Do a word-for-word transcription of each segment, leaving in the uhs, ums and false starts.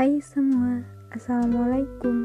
Hai semua, Assalamualaikum.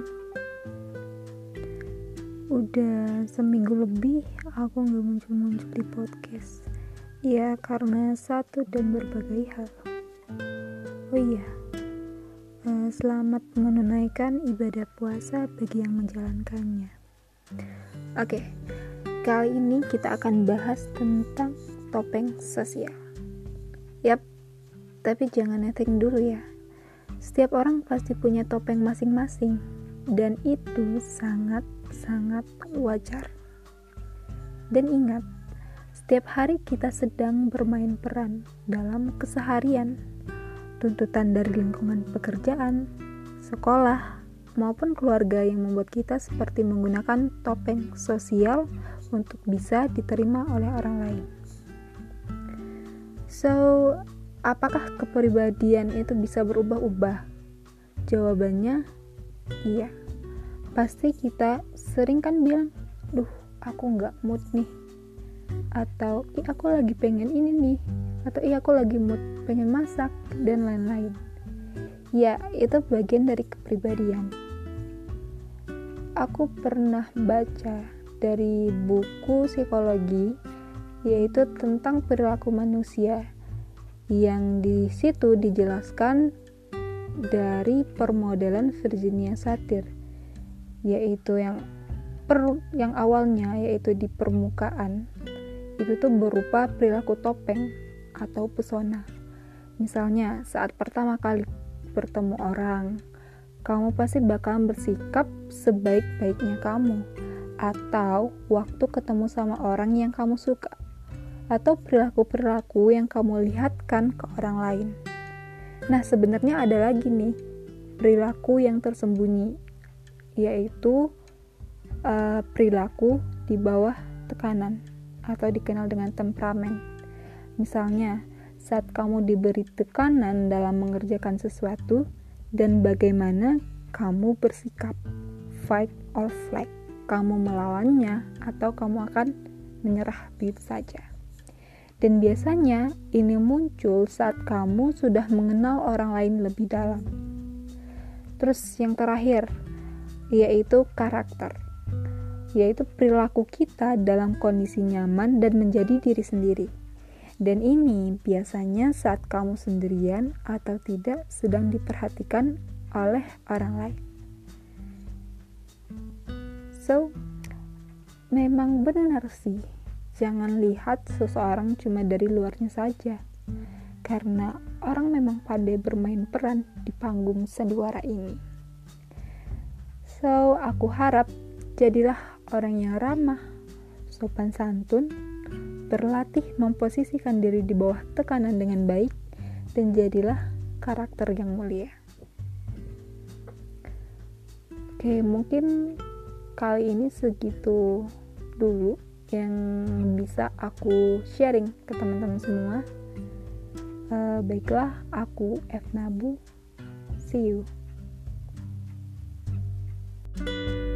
Udah seminggu lebih aku gak muncul-muncul di podcast. Ya karena satu dan berbagai hal. Oh iya, eh, selamat menunaikan ibadah puasa bagi yang menjalankannya. Oke, kali ini kita akan bahas tentang topeng sosial. Yap, tapi jangan netting dulu ya. Setiap orang pasti punya topeng masing-masing, dan itu sangat-sangat wajar. Dan ingat, setiap hari kita sedang bermain peran dalam keseharian, tuntutan dari lingkungan pekerjaan, sekolah, maupun keluarga yang membuat kita seperti menggunakan topeng sosial untuk bisa diterima oleh orang lain. So, apakah kepribadian itu bisa berubah-ubah? Jawabannya, iya. Pasti kita sering kan bilang, duh aku gak mood nih. Atau, ih aku lagi pengen ini nih. Atau, ih aku lagi mood pengen masak, dan lain-lain. Ya, itu bagian dari kepribadian. Aku pernah baca dari buku psikologi, yaitu tentang perilaku manusia, yang di situ dijelaskan dari permodelan Virginia Satir, yaitu yang per, yang awalnya yaitu di permukaan itu tuh berupa perilaku topeng atau pesona. Misalnya saat pertama kali bertemu orang, kamu pasti bakalan bersikap sebaik-baiknya kamu, atau waktu ketemu sama orang yang kamu suka, atau perilaku-perilaku yang kamu lihatkan ke orang lain. Nah, sebenarnya ada lagi nih perilaku yang tersembunyi, yaitu uh, perilaku di bawah tekanan atau dikenal dengan temperamen. Misalnya, saat kamu diberi tekanan dalam mengerjakan sesuatu dan bagaimana kamu bersikap, fight or flight, kamu melawannya atau kamu akan menyerah begitu saja. Dan biasanya ini muncul saat kamu sudah mengenal orang lain lebih dalam. Terus yang terakhir, yaitu karakter, yaitu perilaku kita dalam kondisi nyaman dan menjadi diri sendiri. Dan ini biasanya saat kamu sendirian atau tidak sedang diperhatikan oleh orang lain. So, memang benar sih, jangan lihat seseorang cuma dari luarnya saja, karena orang memang pandai bermain peran di panggung sandiwara ini. So, aku harap jadilah orang yang ramah, sopan santun, berlatih memposisikan diri di bawah tekanan dengan baik, dan jadilah karakter yang mulia. Oke, mungkin kali ini segitu dulu yang bisa aku sharing ke teman-teman semua. Uh, baiklah, aku F Nabu. See you.